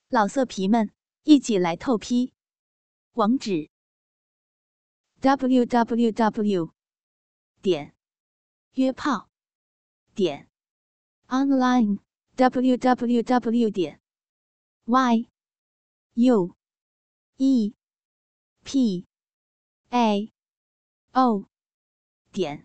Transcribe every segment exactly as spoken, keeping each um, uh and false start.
老色皮们，一起来透批！网址 ：double u double u double u 点约炮点 online double u double u double u 点 y u e p a o 点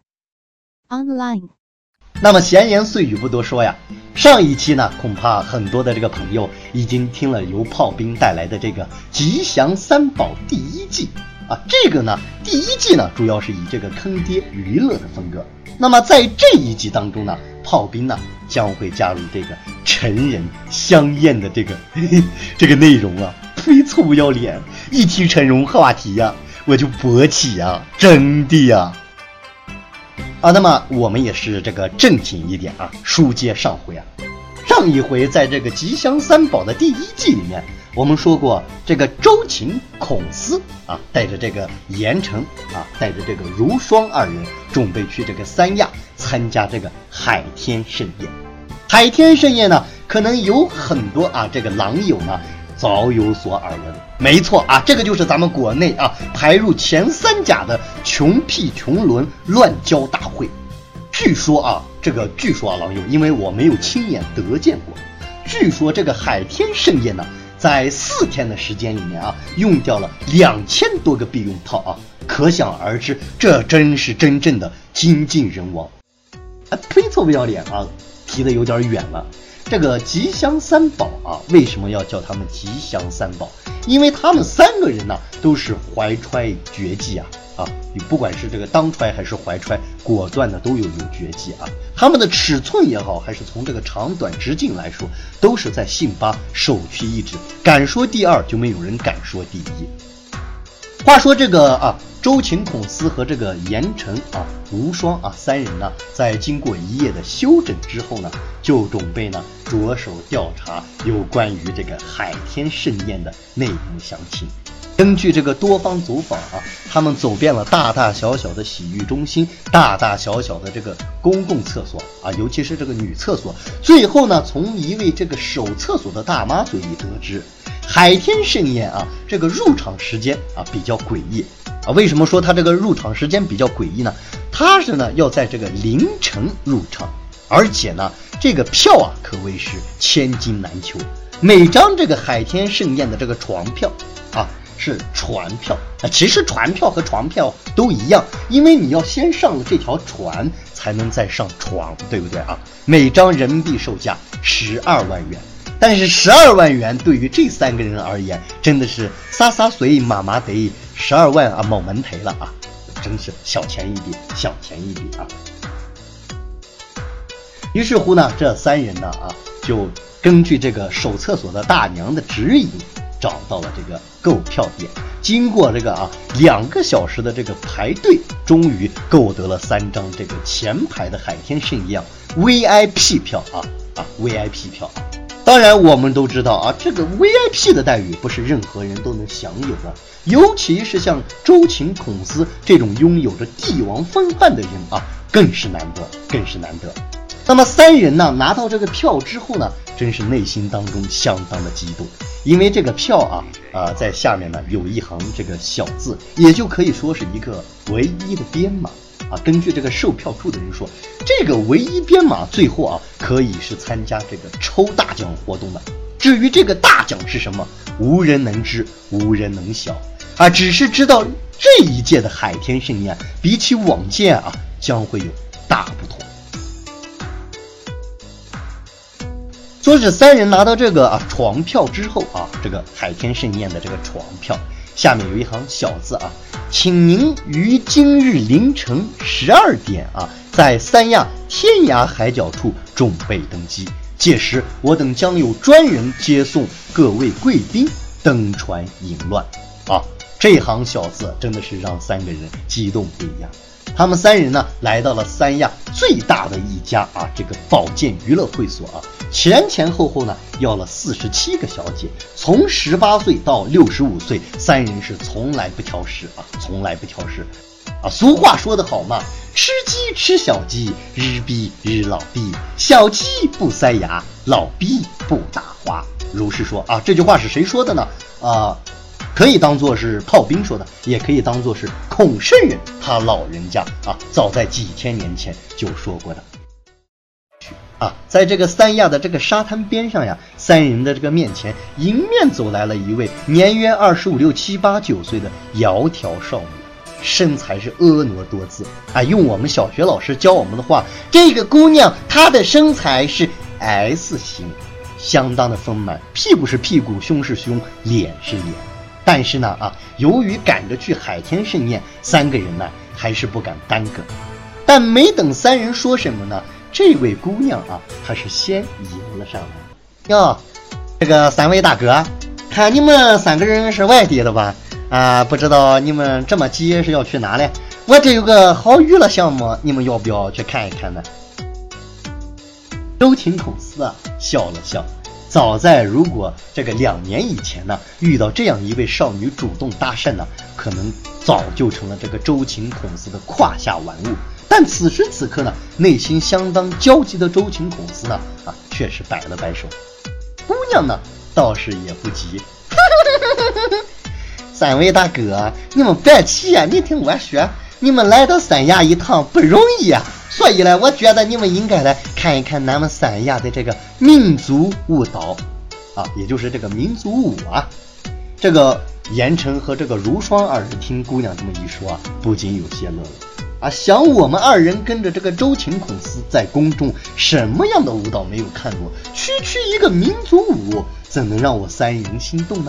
online。 那么闲言碎语不多说呀，上一期呢，恐怕很多的这个朋友已经听了由炮兵带来的这个吉祥三宝第一季啊，这个呢第一季呢主要是以这个坑爹娱乐的风格。那么在这一季当中呢，炮兵呢将会加入这个成人香艳的这个呵呵这个内容啊，忒臭不要脸！一提成人话题呀、啊，我就勃起啊，真的呀。啊，那么我们也是这个正经一点啊，书接上回啊。上一回在这个吉祥三宝的第一季里面，我们说过这个周芹、孔思啊，带着这个严惩啊，带着这个如霜二人，准备去这个三亚参加这个海天盛宴。海天盛宴呢，可能有很多啊，这个狼友呢早有所耳闻。没错啊，这个就是咱们国内啊排入前三甲的穷屁穷伦乱交大会。据说啊，这个据说啊，狼友，因为我没有亲眼得见过，据说这个海天盛宴呢，在四天的时间里面啊，用掉了两千多个避孕套啊，可想而知，这真是真正的精尽人亡啊！忒臭不要脸啊，提的有点远了。这个吉祥三宝啊，为什么要叫他们吉祥三宝？因为他们三个人呢，都是怀揣绝技啊啊！你不管是这个当揣还是怀揣，果断的都有有绝技啊。他们的尺寸也好，还是从这个长短直径来说，都是在信巴首屈一指。敢说第二，就没有人敢说第一。话说这个啊，周芹、孔思和这个严惩啊、无双啊三人呢，在经过一夜的休整之后呢，就准备呢着手调查有关于这个海天盛宴的内容详情。根据这个多方走访啊，他们走遍了大大小小的洗浴中心，大大小小的这个公共厕所啊，尤其是这个女厕所。最后呢，从一位这个守厕所的大妈嘴里得知，海天盛宴啊，这个入场时间啊比较诡异啊。为什么说它这个入场时间比较诡异呢？它是呢要在这个凌晨入场，而且呢这个票啊可谓是千金难求。每张这个海天盛宴的这个床票啊是船票啊，其实船票和床票都一样，因为你要先上了这条船才能再上床，对不对啊？每张人民币售价十二万元。但是十二万元对于这三个人而言，真的是洒洒水麻麻得十二万啊，某门赔了啊，真是小钱一笔，小钱一笔啊。于是乎呢，这三人呢啊，就根据这个守厕所的大娘的指引，找到了这个购票点。经过这个啊两个小时的这个排队，终于购得了三张这个前排的海天盛宴 V I P 票啊啊 V I P 票啊。当然我们都知道啊，这个 V I P 的待遇不是任何人都能享有的，尤其是像周芹、孔思这种拥有着帝王风范的人啊，更是难得，更是难得。那么三人呢拿到这个票之后呢，真是内心当中相当的激动，因为这个票啊啊、呃、在下面呢有一行这个小字，也就可以说是一个唯一的编码啊。根据这个售票处的人说，这个唯一编码最后啊可以是参加这个抽大奖活动的。至于这个大奖是什么，无人能知，无人能晓啊，只是知道这一届的海天盛宴比起往届啊将会有大不同。说是三人拿到这个啊床票之后啊，这个海天盛宴的这个床票下面有一行小字啊，请您于今日凌晨十二点啊，在三亚天涯海角处准备登机，届时我等将有专人接送各位贵宾登船迎乱啊。这行小字真的是让三个人激动不一样。他们三人呢来到了三亚最大的一家啊这个保健娱乐会所啊，前前后后呢要了四十七个小姐，从十八岁到六十五岁，三人是从来不挑食啊，从来不挑食。 啊，俗话说得好嘛，吃鸡吃小鸡，日逼日老逼，小鸡不塞牙，老逼不打花。如是说啊，这句话是谁说的呢？啊，可以当作是炮兵说的，也可以当作是孔圣人他老人家啊，早在几千年前就说过的。啊，在这个三亚的这个沙滩边上呀，三人的这个面前迎面走来了一位年约二十五六七八九岁的窈窕少女，身材是婀娜多姿啊。用我们小学老师教我们的话，这个姑娘她的身材是 S 型，相当的丰满，屁股是屁股，胸是胸，脸是脸。但是呢啊，由于赶着去海天盛宴，三个人呢还是不敢耽搁。但没等三人说什么呢，这位姑娘啊，她是先迎了上来。哟，这个三位大哥，看你们三个人是外地的吧？啊，不知道你们这么急是要去哪里？我这有个好娱乐项目，你们要不要去看一看呢？周秦孔思啊笑了笑。早在如果这个两年以前呢，遇到这样一位少女主动搭讪呢，可能早就成了这个周秦孔思的胯下玩物。但此时此刻呢，内心相当焦急的周秦孔思呢，啊，却是摆了摆手。姑娘呢，倒是也不急。三位大哥，你们别急呀，你听我说，你们来到三亚一趟不容易啊，所以呢，我觉得你们应该来看一看咱们三亚的这个民族舞蹈啊，也就是这个民族舞啊。这个严晨和这个如霜二人听姑娘这么一说啊，不禁有些乐了啊，想我们二人跟着这个周秦孔思在宫中，什么样的舞蹈没有看过？区区一个民族舞，怎能让我三人心动呢？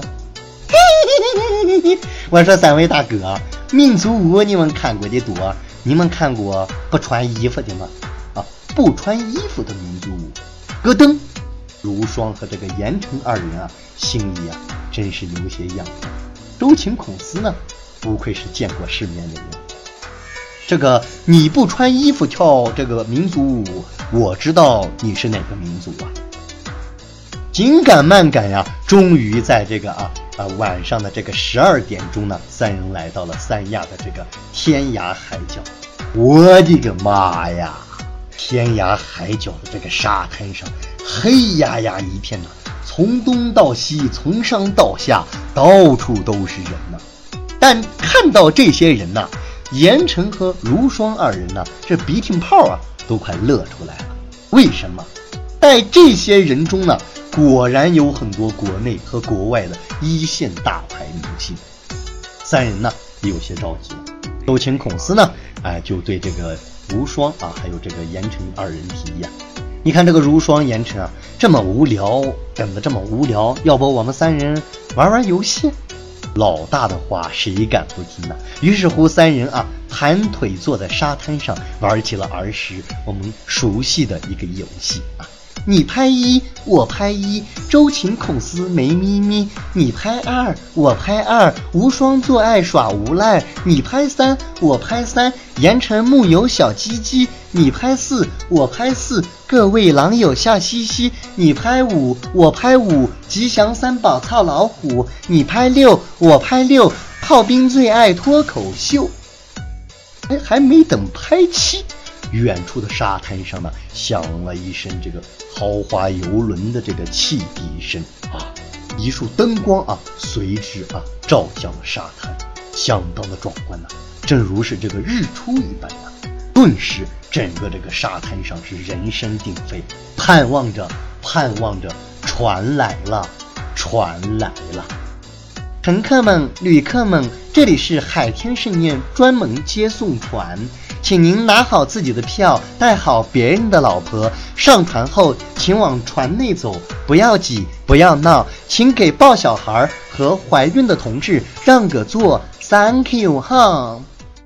我说三位大哥，民族舞你们看过的多，你们看过不穿衣服的吗？啊，不穿衣服的民族舞，咯噔！如霜和这个严晨二人啊，心里啊真是有些痒。周秦孔思呢，不愧是见过世面的人。这个你不穿衣服跳这个民族舞，我知道你是哪个民族啊？紧赶慢赶呀，终于在这个啊啊晚上的这个十二点钟呢，三人来到了三亚的这个天涯海角。我的个妈呀！天涯海角的这个沙滩上，黑压压一片呐，从东到西，从上到下，到处都是人呐。但看到这些人呐，严晨和如霜二人呢，这鼻涕泡啊都快乐出来了。为什么？在这些人中呢，果然有很多国内和国外的一线大牌明星。三人呢有些着急了。周秦孔思呢，哎，就对这个如霜啊，还有这个严晨二人提议啊，你看这个如霜、严晨啊，这么无聊，等得这么无聊，要不我们三人玩玩游戏？老大的话谁敢不听呢？于是乎三人啊盘腿坐在沙滩上，玩起了儿时我们熟悉的一个游戏啊。你拍一，我拍一，周秦孔思没咪咪；你拍二，我拍二，无双做爱耍无赖；你拍三，我拍三，盐城木有小鸡鸡；你拍四，我拍四，各位狼友笑嘻嘻；你拍五，我拍五，吉祥三宝操老虎；你拍六，我拍六，炮兵最爱脱口秀。哎，还没等拍七，远处的沙滩上呢，响了一声这个豪华游轮的这个汽笛声啊，一束灯光啊，随之啊照向了沙滩，相当的壮观呐、啊，正如是这个日出一般呐、啊。顿时，整个这个沙滩上是人声鼎沸，盼望着，盼望着，船来了，船来了。乘客们、旅客们，这里是海天盛宴专门接送船，请您拿好自己的票，带好别人的老婆，上船后请往船内走，不要挤，不要闹，请给抱小孩和怀孕的同志让个座 ，Thank you 哈。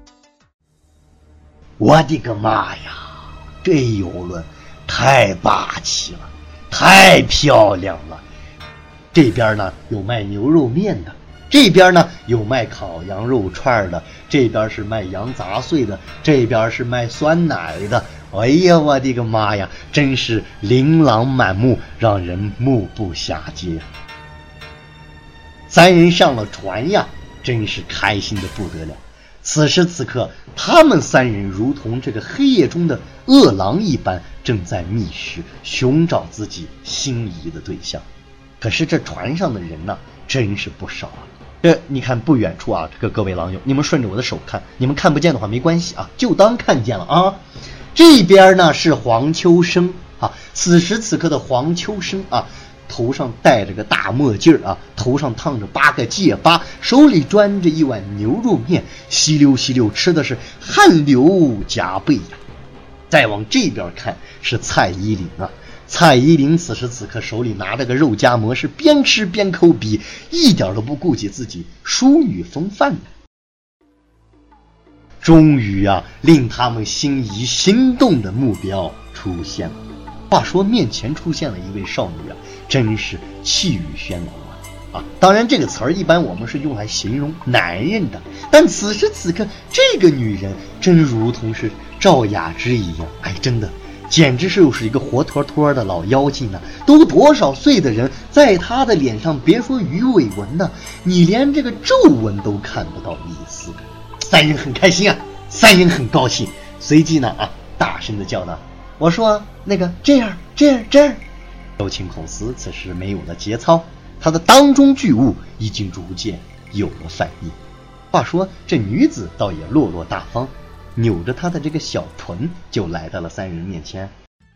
我的个妈呀，这游轮太霸气了，太漂亮了。这边呢有卖牛肉面的，这边呢有卖烤羊肉串的，这边是卖羊杂碎的，这边是卖酸奶的。哎呀，我的个妈呀，真是琳琅满目，让人目不暇接。三人上了船呀，真是开心的不得了。 此时此刻，他们三人如同这个黑夜中的饿狼一般，正在觅食，寻找自己心仪的对象。可是这船上的人呢，真是不少啊！这你看不远处啊，这个各位狼友，你们顺着我的手看，你们看不见的话没关系啊，就当看见了啊。这边呢是黄秋生啊，此时此刻的黄秋生啊，头上戴着个大墨镜啊，头上烫着八个戒疤，手里端着一碗牛肉面，吸溜吸溜吃的是汗流浃背呀。再往这边看是蔡依林啊，蔡依林此时此刻手里拿着个肉夹馍，是边吃边抠鼻，一点都不顾及自己淑女风范的。终于啊，令他们心仪心动的目标出现了。话说面前出现了一位少女啊，真是气宇轩昂啊！啊，当然这个词儿一般我们是用来形容男人的，但此时此刻这个女人真如同是赵雅芝一样，哎，真的简直是又是一个活脱脱的老妖精呢！都多少岁的人，在她的脸上别说鱼尾纹呢，你连这个皱纹都看不到一丝。三人很开心啊，三人很高兴，随即呢啊，大声的叫道：“我说那个这样这样这样。”周青孔斯此时没有了节操，他的当中巨物已经逐渐有了反应。话说这女子倒也落落大方，扭着她的这个小臀就来到了三人面前。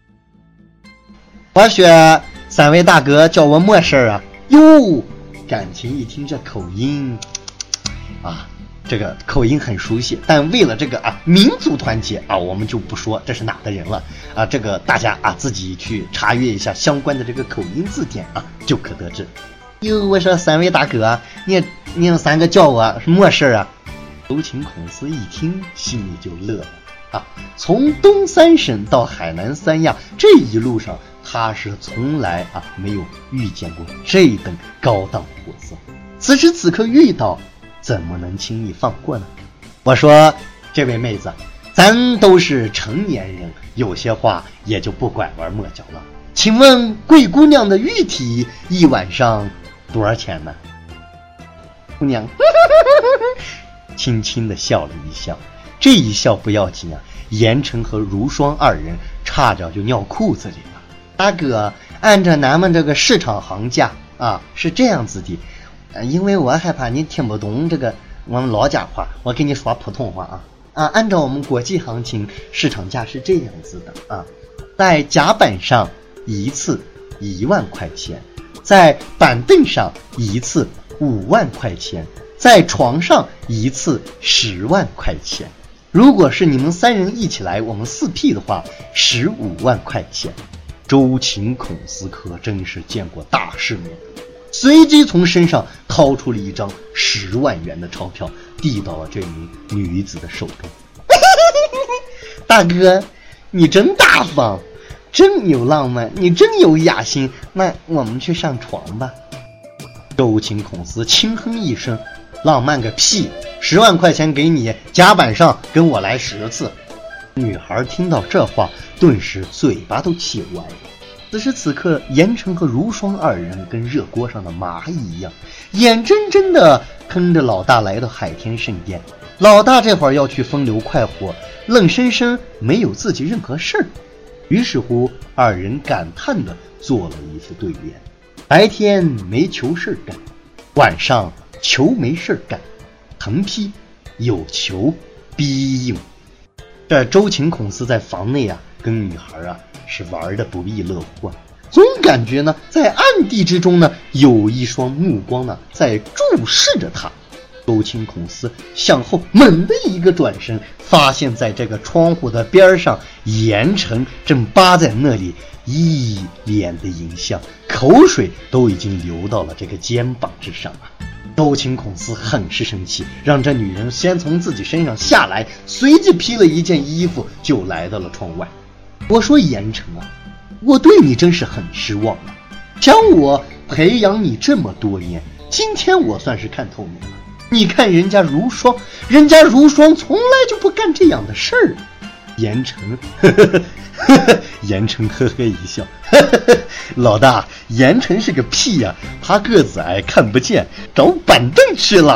我说三位大哥叫我么事儿啊？哟，感情一听这口音啊，这个口音很熟悉，但为了这个啊民族团结啊，我们就不说这是哪的人了啊，这个大家啊自己去查阅一下相关的这个口音字典啊，就可得知。哟，我说三位大哥，你你们三个叫我什么事啊？周秦孔斯一听，心里就乐了啊！从东三省到海南三亚这一路上，他是从来啊没有遇见过这等高档货色。此时此刻遇到，怎么能轻易放过呢？我说这位妹子，咱都是成年人，有些话也就不拐弯抹角了。请问贵姑娘的玉体一晚上多少钱呢？姑娘轻轻地笑了一笑，这一笑不要紧啊，严城和如霜二人差点就尿裤子里了。大哥，按照咱们这个市场行价啊，是这样子的，呃，因为我害怕你听不懂这个我们老家话，我给你说普通话啊啊，按照我们国际行情，市场价是这样子的啊，在甲板上一次一万块钱，在板凳上一次五万块钱，在床上一次十万块钱。如果是你们三人一起来，我们四 P 的话，十五万块钱。周秦孔斯可真是见过大世面，随即从身上掏出了一张十万元的钞票，递到了这名女子的手中。大哥，你真大方，真有浪漫，你真有雅兴，那我们去上床吧。周秦孔斯轻哼一声，浪漫个屁，十万块钱给你，甲板上跟我来十次。女孩听到这话，顿时嘴巴都气歪了。此时此刻，严城和如霜二人跟热锅上的蚂蚁一样，眼睁睁地跟着老大来到海天盛宴。老大这会儿要去风流快活，愣生生没有自己任何事儿。于是乎，二人感叹地做了一副对联：白天没求事干，晚上求没事干，横批有求必应。这周秦孔斯在房内啊，跟女孩啊是玩的不亦乐乎啊，总感觉呢，在暗地之中呢，有一双目光呢在注视着他。周秦孔斯向后猛地一个转身，发现在这个窗户的边上，严城正扒在那里，一脸的淫笑，口水都已经流到了这个肩膀之上啊。周秦孔斯很是生气，让这女人先从自己身上下来，随即披了一件衣服就来到了窗外。我说严城啊，我对你真是很失望了，将我培养你这么多年，今天我算是看透你了。你看人家如霜，人家如霜从来就不干这样的事儿。严城呵呵呵呵，严城呵呵一笑，呵呵呵，老大，严城是个屁呀、啊，他个子矮看不见，找板凳去了。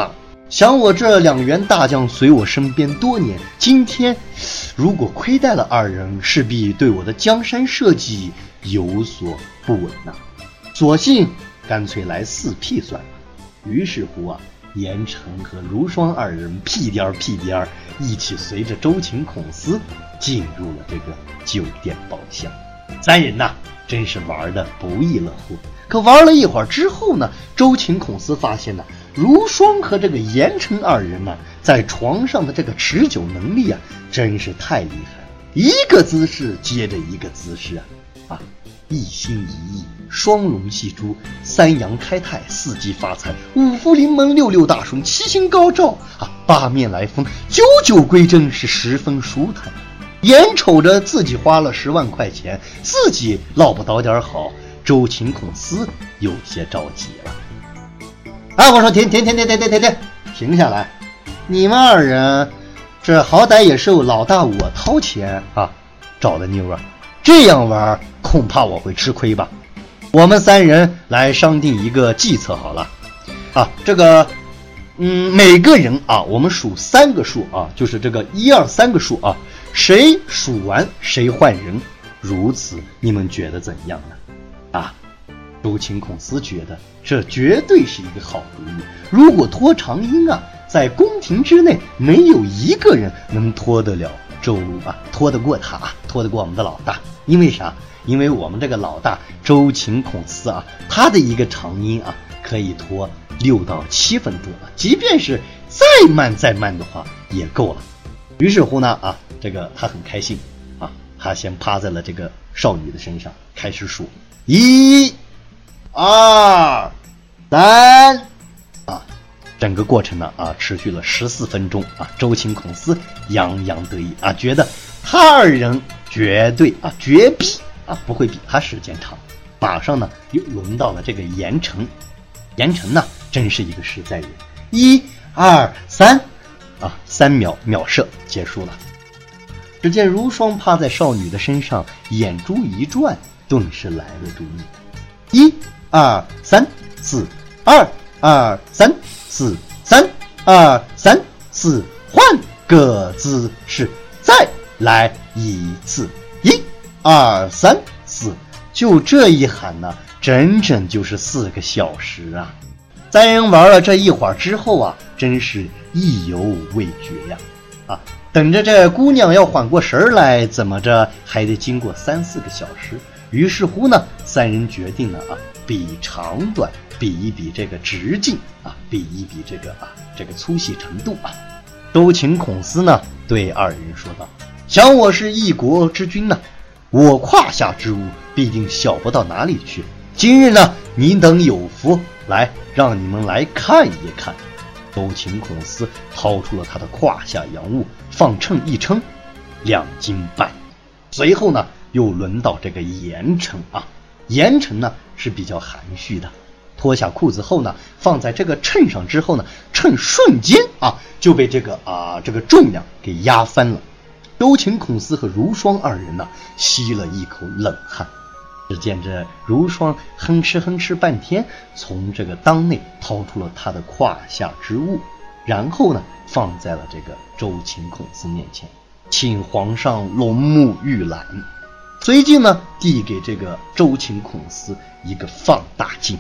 想我这两员大将随我身边多年，今天如果亏待了二人，势必对我的江山社稷有所不稳呐、啊。索性干脆来四屁算了。于是乎啊，严惩和如霜二人屁颠儿屁颠儿一起随着周秦孔思进入了这个酒店包厢。三人呐、啊，真是玩得不亦乐乎。可玩了一会儿之后呢，周秦孔思发现呢，如霜和这个严惩二人呢、啊，在床上的这个持久能力啊，真是太厉害了，一个姿势接着一个姿势啊啊！一心一意，双龙戏珠，三阳开泰，四季发财，五福临门，六六大顺，七星高照啊！八面来风，九九归真，是十分舒坦。眼瞅着自己花了十万块钱，自己落不到点好，周秦孔思有些着急了。啊！我说停停停停停停停停，停下来！你们二人，这好歹也是老大我掏钱啊找的妞啊，这样玩恐怕我会吃亏吧。我们三人来商定一个计策好了啊，这个嗯，每个人啊，我们数三个数啊，就是这个一二三个数啊，谁数完谁换人，如此你们觉得怎样呢？啊，周秦孔思觉得这绝对是一个好主意。如果拖长音啊，在宫廷之内没有一个人能拖得了周啊，拖得过他啊，拖得过我们的老大。因为啥？因为我们这个老大周秦孔思啊，他的一个长音啊，可以拖六到七分钟啊，即便是再慢再慢的话也够了。于是乎呢啊，这个他很开心啊，他先趴在了这个少女的身上，开始数一、二、三啊，整个过程呢啊，持续了十四分钟啊。周秦孔思洋洋得意啊，觉得他二人绝对啊绝逼啊不会比他时间长。马上呢又轮到了这个严惩，严惩呢真是一个实在人，一、二、三啊，三秒秒射结束了。只见如霜趴在少女的身上，眼珠一转，顿时来了主意。一、二、三、四，二、二、三、四，三、二、三、四，换个姿势，再来一次。一、二、三、四，就这一喊呢，整整就是四个小时啊！三人玩了这一会儿之后啊，真是意犹未决呀！啊，等着这姑娘要缓过神来，怎么着还得经过三四个小时。于是乎呢，三人决定了啊，比长短，比一比这个直径啊，比一比这个啊这个粗细程度啊。周秦孔思呢对二人说道：“想我是一国之君呢、啊，我胯下之物必定小不到哪里去。今日呢，你等有福，来让你们来看一看。”周秦孔思掏出了他的胯下洋物，放秤一称，两斤半。随后呢，又轮到这个严惩啊，严惩呢是比较含蓄的，脱下裤子后呢，放在这个秤上之后呢，秤瞬间啊就被这个啊这个重量给压翻了。周秦孔思和如霜二人呢，吸了一口冷汗。只见这如霜哼哧哼哧半天，从这个裆内掏出了他的胯下之物，然后呢放在了这个周秦孔思面前，请皇上龙目玉览。随即呢递给这个周秦孔思一个放大镜。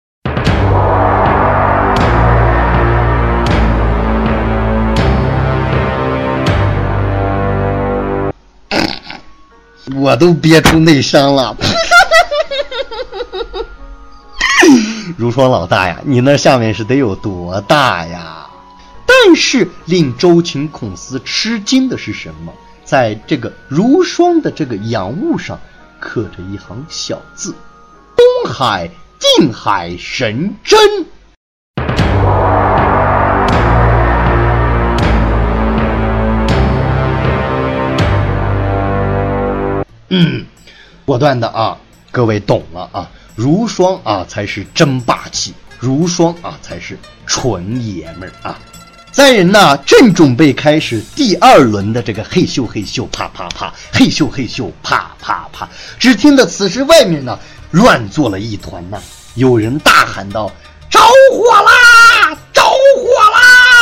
我都憋出内伤了。如霜老大呀，你那下面是得有多大呀？但是令周秦孔思吃惊的是什么？在这个如霜的这个洋物上刻着一行小字：东海定海神针。嗯，果断的啊，各位懂了啊，如霜啊才是真霸气，如霜啊才是纯爷们儿啊。三人呢正准备开始第二轮的这个嘿咻嘿咻啪啪啪，嘿咻嘿咻啪啪啪，只听得此时外面呢乱作了一团呐、啊，有人大喊道：着火啦，着火啦！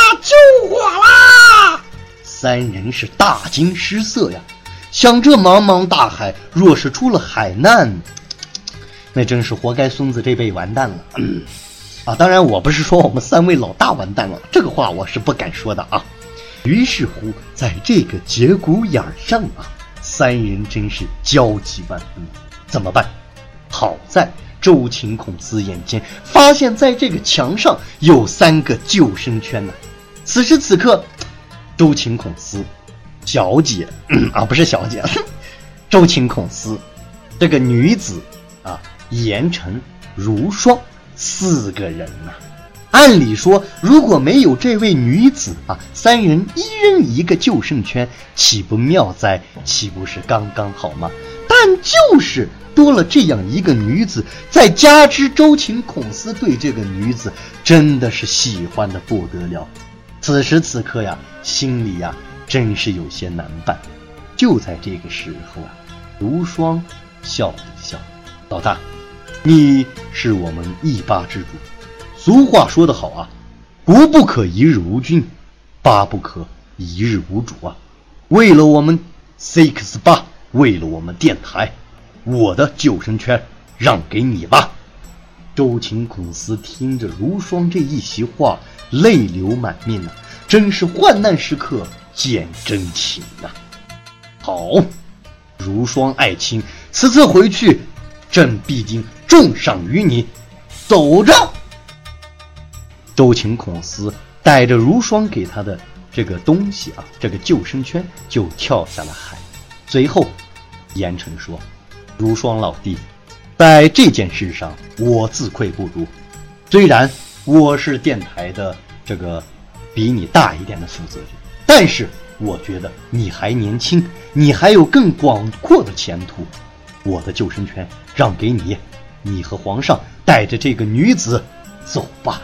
三人是大惊失色呀，想这茫茫大海，若是出了海难，那真是活该孙子这辈完蛋了。嗯啊，当然我不是说我们三位老大完蛋了，这个话我是不敢说的啊。于是乎，在这个节骨眼上啊，三人真是焦急万分，怎么办？好在周秦孔思眼尖，发现在这个墙上有三个救生圈呢、啊。此时此刻，周秦孔思小姐啊，不是小姐，周秦孔思这个女子啊，严城、如霜四个人呐、啊。按理说，如果没有这位女子啊，三人一人一个救生圈，岂不妙哉？岂不是刚刚好吗？但就是多了这样一个女子，再加之周秦孔思对这个女子真的是喜欢的不得了。此时此刻呀，心里呀真是有些难办。就在这个时候啊，如霜笑了一笑：“老大，你是我们一八之主。俗话说得好啊，国不可一日无君，八不可一日无主啊。为了我们 C X 八，为了我们电台，我的救生圈让给你吧。”周秦孔思听着如霜这一席话，泪流满面啊，真是患难时刻见真情啊。好，如霜爱卿，此次回去，朕必定重赏于你，走着。周秦孔思带着如霜给他的这个东西啊，这个救生圈就跳下了海。随后严城说：“如霜老弟，在这件事上我自愧不如，虽然我是电台的这个比你大一点的负责人，但是我觉得你还年轻，你还有更广阔的前途，我的救生圈让给你，你和皇上带着这个女子走吧。”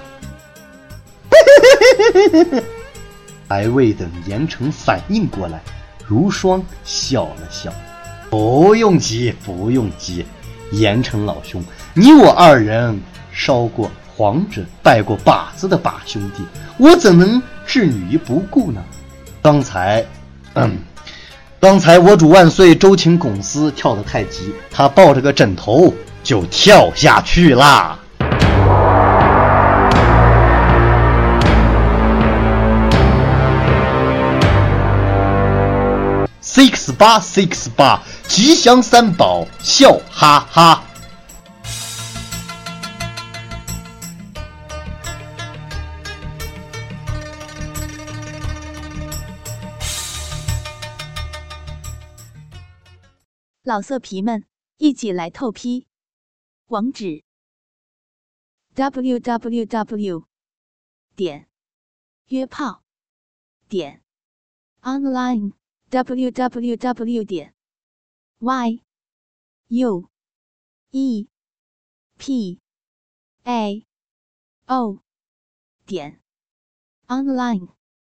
还未等严城反应过来，如霜笑了笑：“不用急，不用急，严城老兄，你我二人烧过黄纸、拜过把子的把兄弟，我怎能置你于不顾呢？刚才，嗯，刚才我主万岁周秦孔思跳得太急，他抱着个枕头就跳下去啦。” six 八 six 八吉祥三宝笑哈哈。 老色皮们，一起来透批！网址 ：double u double u double u 点约炮点 online。w w w 点 y u e p a o 点 online